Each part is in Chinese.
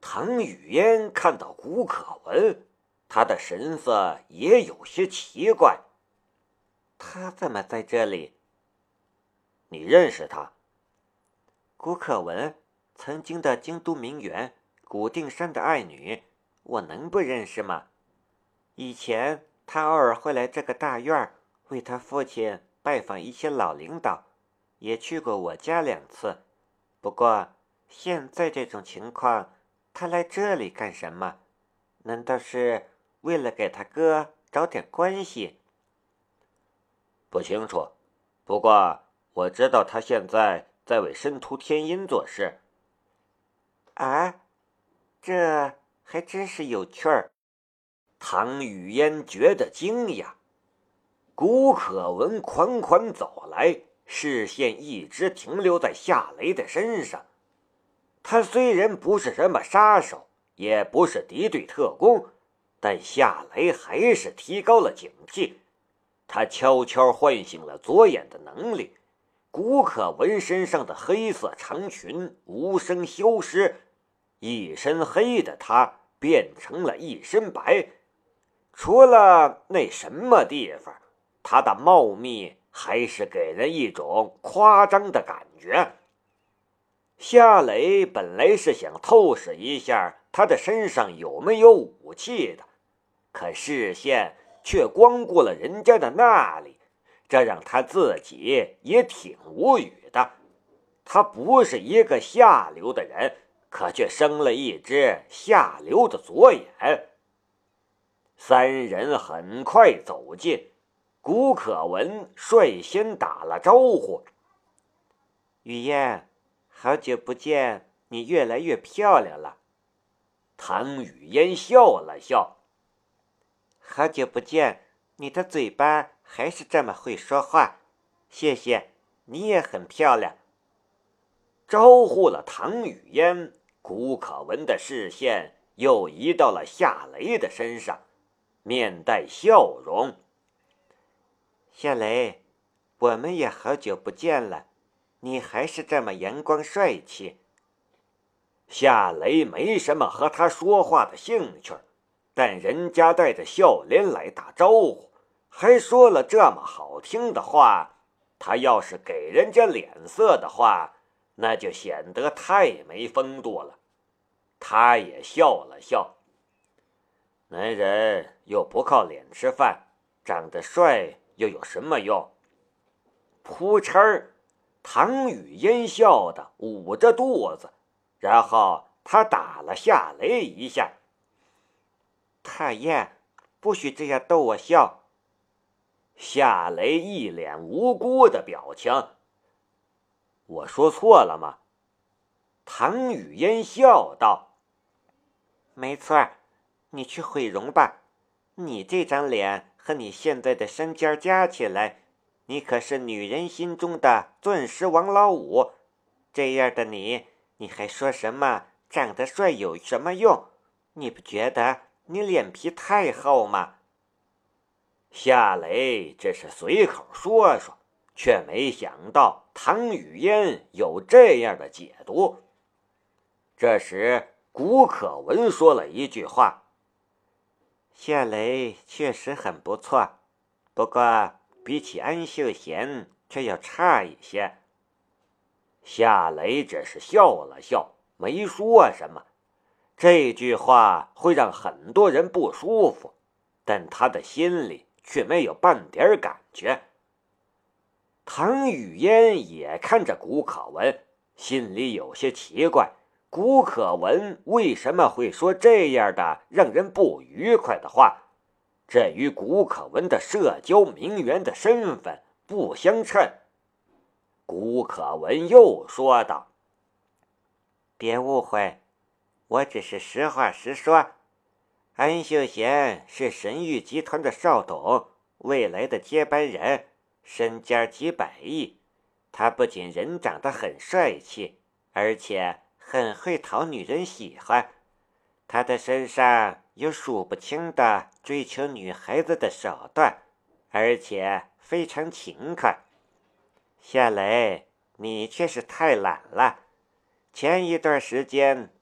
唐雨嫣看到古可文，他的神色也有些奇怪。 他怎么在这里？ 你认识他？ 古可文，曾经的京都名媛，古定山的爱女，我能不认识吗？以前他偶尔会来这个大院为他父亲拜访一些老领导，也去过我家2次。不过现在这种情况，他来这里干什么？难道是为了给他哥找点关系？ 不清楚，不过我知道他现在在为申屠天音做事。 啊，这还真是有趣儿。 唐雨嫣觉得惊讶。古可文款款走来，视线一直停留在夏雷的身上。他虽然不是什么杀手，也不是敌对特工，但夏雷还是提高了警惕。他悄悄唤醒了左眼的能力，古可文身上的黑色长裙无声消失，一身黑的他变成了一身白。除了那什么地方，他的茂密还是给人一种夸张的感觉。夏雷本来是想透视一下他的身上有没有武器的，可视线却光顾了人家的那里，这让他自己也挺无语的。他不是一个下流的人，可却生了一只下流的左眼。三人很快走近，古可文率先打了招呼：“ 雨嫣，好久不见，你越来越漂亮了。” 唐雨嫣笑了笑：“ 好久不见，你的嘴巴还是这么会说话。谢谢，你也很漂亮。” 招呼了唐雨嫣，古可文的视线又移到了夏雷的身上，面带笑容：“ 夏雷，我们也好久不见了，你还是这么阳光帅气。” 夏雷没什么和他说话的兴趣，但人家带着笑脸来打招呼，还说了这么好听的话，他要是给人家脸色的话，那就显得太没风度了。他也笑了笑：“男人又不靠脸吃饭，长得帅又有什么用？”噗嗤儿，唐雨嫣笑得捂着肚子，然后他打了夏雷一下：“ 讨厌，不许这样逗我笑。” 夏雷一脸无辜的表情：“我说错了吗？”唐雨嫣笑道：“ 没错，你去毁容吧。你这张脸和你现在的身价加起来，你可是女人心中的钻石王老五。这样的你还说什么长得帅有什么用？你不觉得你脸皮太厚吗？” 夏雷只是随口说说，却没想到唐雨嫣有这样的解读。这时古可文说了一句话：“ 夏雷确实很不错，不过比起安秀贤却要差一些。” 夏雷只是笑了笑，没说什么。这句话会让很多人不舒服，但他的心里却没有半点感觉。唐雨嫣也看着古可文，心里有些奇怪，古可文为什么会说这样的让人不愉快的话？这与古可文的社交名媛的身份不相称。古可文又说道：“ 别误会，我只是实话实说。安秀贤是神域集团的少董，未来的接班人，身家几百亿。他不仅人长得很帅气，而且很会讨女人喜欢。他的身上有数不清的追求女孩子的手段，而且非常勤快。夏雷，你却是太懒了。前一段时间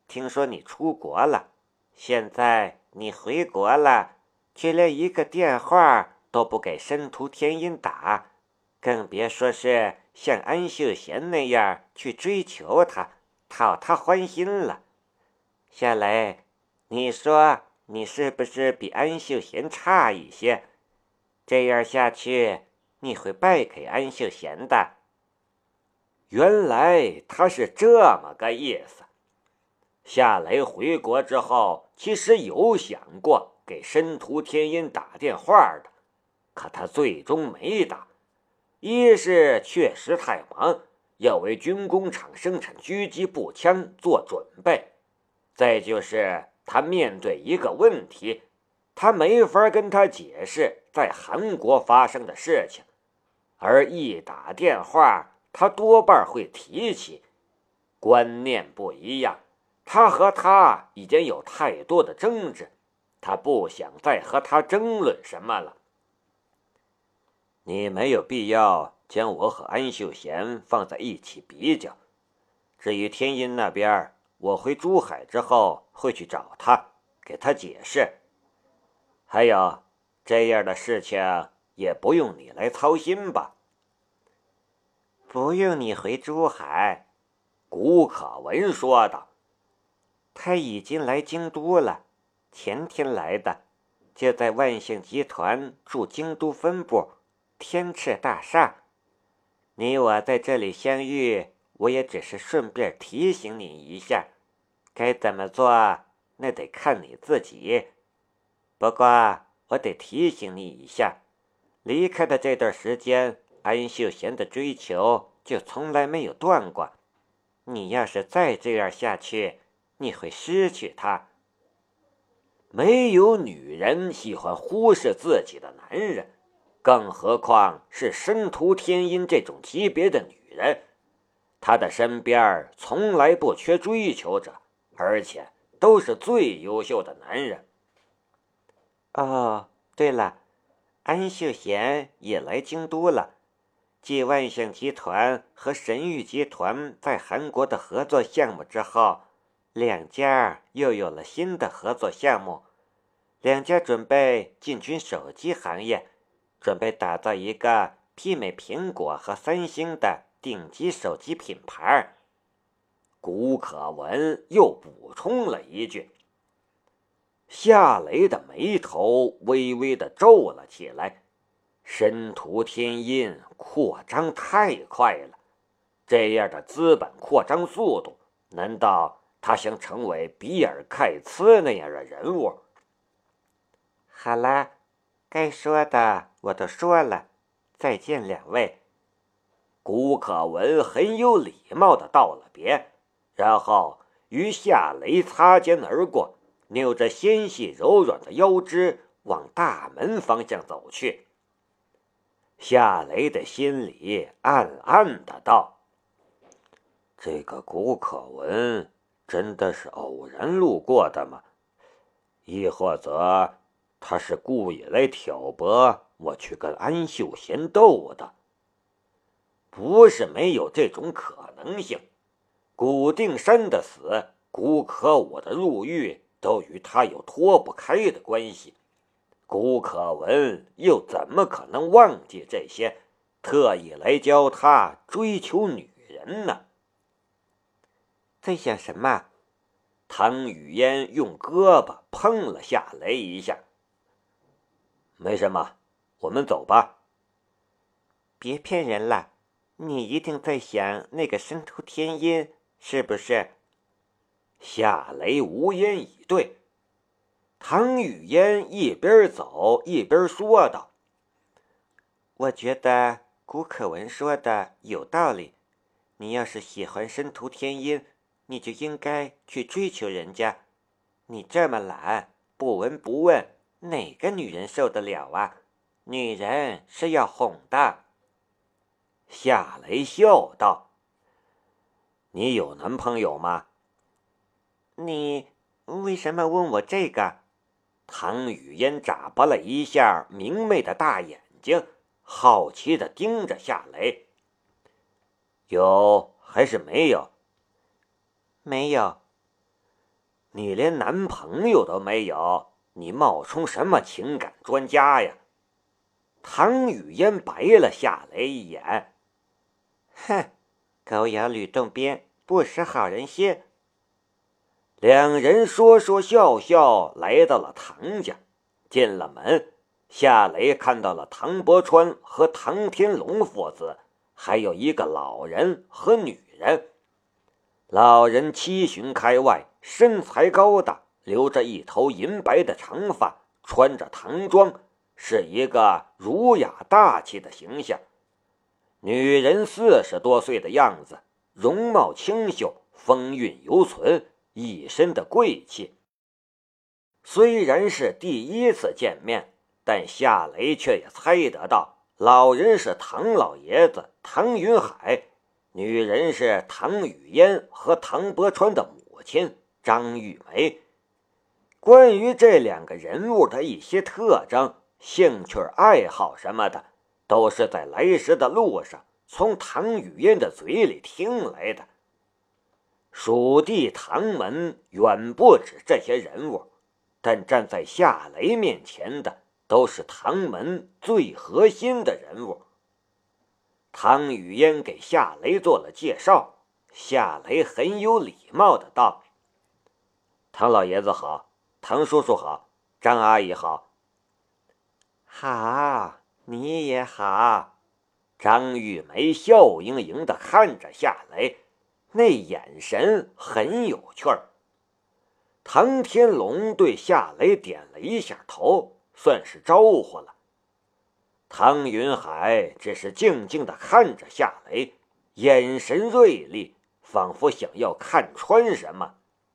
听说你出国了，现在你回国了，却连一个电话都不给申屠天音打，更别说是像安秀贤那样去追求他，讨他欢心了。夏雷，你说你是不是比安秀贤差一些？这样下去，你会败给安秀贤的。 原来他是这么个意思。夏雷回国之后，其实有想过给申屠天音打电话的，可他最终没打。一是确实太忙，要为军工厂生产狙击步枪做准备；再就是他面对一个问题，他没法跟他解释在韩国发生的事情，而一打电话，他多半会提起。观念不一样，他和他已经有太多的争执，他不想再和他争论什么了。你没有必要将我和安秀贤放在一起比较。至于天音那边，我回珠海之后会去找他，给他解释。还有，这样的事情也不用你来操心吧。 不用你回珠海， 古可文说道。 他已经来京都了，前天来的，就在万兴集团驻京都分部天赤大厦。你我在这里相遇，我也只是顺便提醒你一下，该怎么做那得看你自己。不过我得提醒你一下，离开的这段时间，安秀贤的追求就从来没有断过。你要是再这样下去，你会失去他。 没有女人喜欢忽视自己的男人，更何况是申屠天音这种级别的女人。她的身边从来不缺追求者，而且都是最优秀的男人。 哦，对了，安秀贤也来京都了。继万象集团和神域集团在韩国的合作项目之后，两家又有了新的合作项目。两家准备进军手机行业，准备打造一个媲美苹果和三星的顶级手机品牌。 古可文又补充了一句。夏雷的眉头微微的皱了起来。申屠天音扩张太快了，这样的资本扩张速度，难道他想成为比尔盖茨那样的人物？ 好啦，该说的我都说了，再见两位。 古可文很有礼貌的道了别，然后与夏雷擦肩而过，扭着纤细柔软的腰肢往大门方向走去。夏雷的心里暗暗的道：这个古可文真的是偶然路过的吗？亦或者他是故意来挑拨我去跟安秀贤斗的？不是没有这种可能性。古定山的死，古可我的入狱，都与他有脱不开的关系。古可文又怎么可能忘记这些，特意来教他追求女人呢？ 在想什么？ 唐雨嫣用胳膊碰了夏雷一下。没什么，我们走吧。 别骗人了，你一定在想那个申屠天音，是不是？ 夏雷无言以对。唐雨嫣一边走一边说道： 我觉得古可文说的有道理，你要是喜欢申屠天音，你就应该去追求人家。你这么懒，不闻不问，哪个女人受得了啊？女人是要哄的。 夏雷笑道：你有男朋友吗？ 你为什么问我这个？ 唐雨嫣眨巴了一下明媚的大眼睛，好奇地盯着夏雷。有还是没有？ 没有。 你连男朋友都没有，你冒充什么情感专家呀？唐雨嫣白了夏雷一眼。 哼，狗咬吕洞宾，不识好人心。 两人说说笑笑来到了唐家，进了门，夏雷看到了唐伯川和唐天龙父子，还有一个老人和女人。老人七旬开外，身材高大，留着一头银白的长发，穿着唐装，是一个儒雅大气的形象。女人40多岁的样子，容貌清秀，风韵犹存，一身的贵气。虽然是第一次见面，但夏雷却也猜得到，老人是唐老爷子唐云海，女人是唐雨嫣和唐伯川的母亲张玉梅。关于这两个人物的一些特征、兴趣爱好什么的，都是在来时的路上从唐雨嫣的嘴里听来的。蜀地唐门远不止这些人物，但站在夏雷面前的都是唐门最核心的人物。唐雨嫣给夏雷做了介绍，夏雷很有礼貌的道：“唐老爷子好，唐叔叔好，张阿姨好。”“ 好，你也好。” 张玉梅笑盈盈的看着夏雷，那眼神很有趣儿。唐天龙对夏雷点了一下头，算是招呼了。唐云海只是静静地看着夏雷，眼神锐利，仿佛想要看穿什么。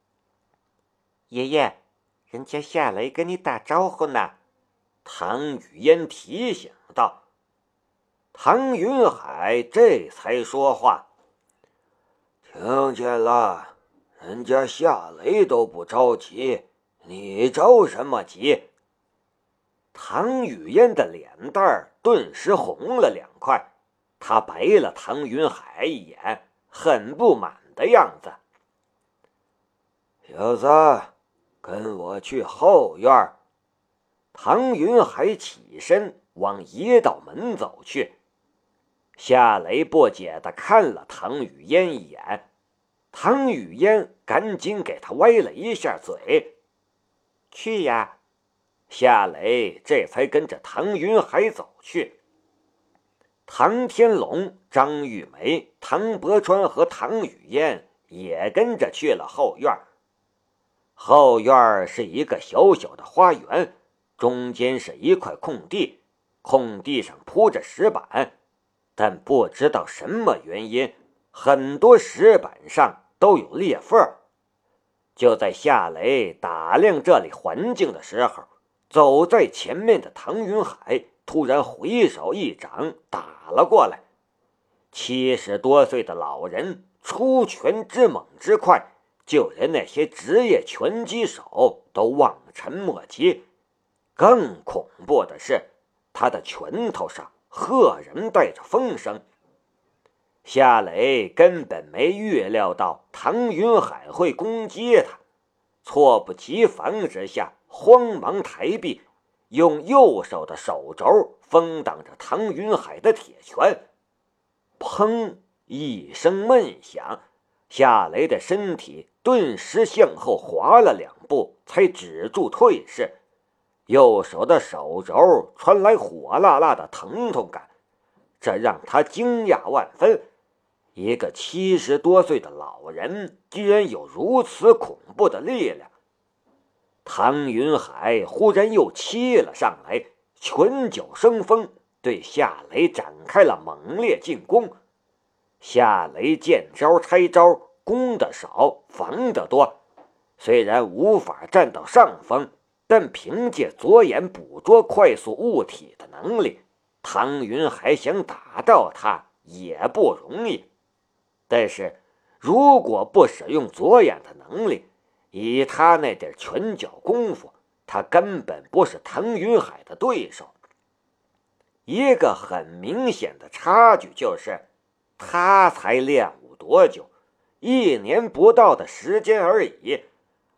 “爷爷，人家夏雷跟你打招呼呢。” 唐雨嫣提醒道。唐云海这才说话：“听见了，人家夏雷都不着急，你着什么急？”唐雨嫣的脸蛋儿顿时红了2块，她白了唐云海一眼，很不满的样子。“小子，跟我去后院。”唐云海起身往一道门走去。夏雷不解地看了唐雨嫣一眼，唐雨嫣赶紧给他歪了一下嘴。“ 去呀！” 夏雷这才跟着唐云海走去。唐天龙、张玉梅、唐伯川和唐雨嫣也跟着去了后院。后院是一个小小的花园，中间是一块空地，空地上铺着石板，但不知道什么原因，很多石板上都有裂缝。就在夏雷打量这里环境的时候，走在前面的唐云海突然回手一掌打了过来。70多岁的老人出拳之猛之快，就连那些职业拳击手都望尘莫及。更恐怖的是，他的拳头上赫然带着风声。夏雷根本没预料到唐云海会攻击他，措不及防之下，慌忙抬臂，用右手的手肘封挡着唐云海的铁拳。砰一声闷响，夏雷的身体顿时向后滑了2步，才止住退势。右手的手肘传来火辣辣的疼痛感，这让他惊讶万分。一个70多岁的老人居然有如此恐怖的力量。唐云海忽然又气了上来，拳脚生风，对夏雷展开了猛烈进攻。夏雷见招拆招，攻得少，防得多，虽然无法占到上风，但凭借左眼捕捉快速物体的能力，唐云海想打到他也不容易。但是如果不使用左眼的能力，以他那点拳脚功夫，他根本不是唐云海的对手。一个很明显的差距就是，他才练武多久，1年不到的时间而已，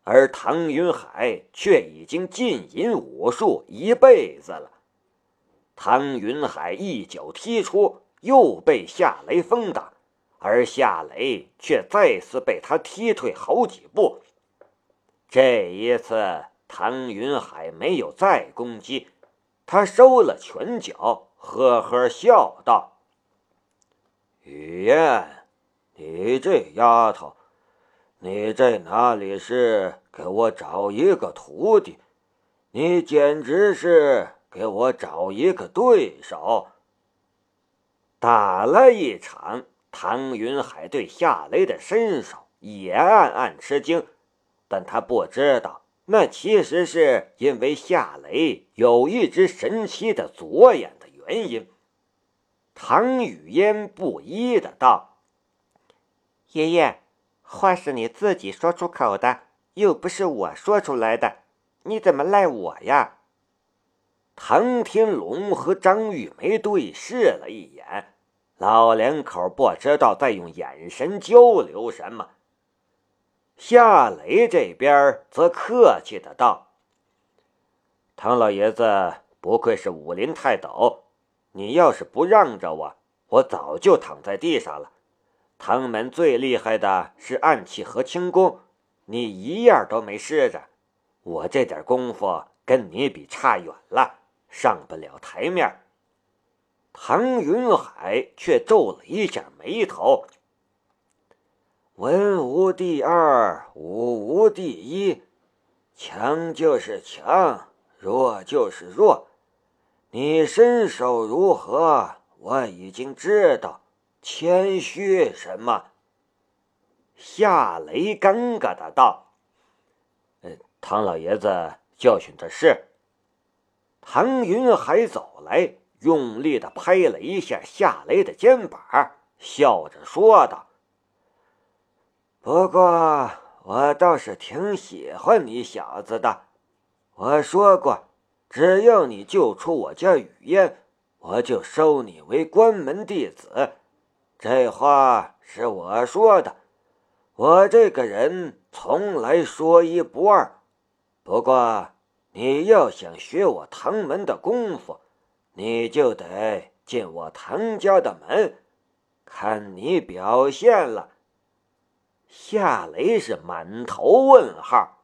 而唐云海却已经浸淫武术一辈子了。唐云海一脚踢出，又被夏雷封挡，而夏雷却再次被他踢退好几步。这一次唐云海没有再攻击，他收了拳脚，呵呵笑道：“雨嫣，你这丫头，你在哪里是给我找一个徒弟？你简直是给我找一个对手。”打了一场，唐云海对夏雷的身手也暗暗吃惊，但他不知道那其实是因为夏雷有一只神奇的左眼的原因。唐雨嫣不依的道：“ 爷爷，话是你自己说出口的，又不是我说出来的，你怎么赖我呀？” 唐天龙和张玉梅对视了一眼，老两口不知道在用眼神交流什么。夏雷这边则客气的道：“唐老爷子不愧是武林泰斗，你要是不让着我，我早就躺在地上了。唐门最厉害的是暗器和轻功，你一样都没试着。我这点功夫跟你比差远了，上不了台面。”唐云海却皱了一下眉头：“文无第二，武无第一，强就是强，弱就是弱。你身手如何，我已经知道，谦虚什么？”夏雷尴尬的道：“唐老爷子教训的是。”唐云海走来，用力的拍了一下夏雷的肩膀，笑着说道：“不过我倒是挺喜欢你小子的。我说过，只要你救出我家雨嫣，我就收你为关门弟子。这话是我说的，我这个人从来说一不二。不过你要想学我唐门的功夫，你就得进我唐家的门，看你表现了。”夏雷是满头问号。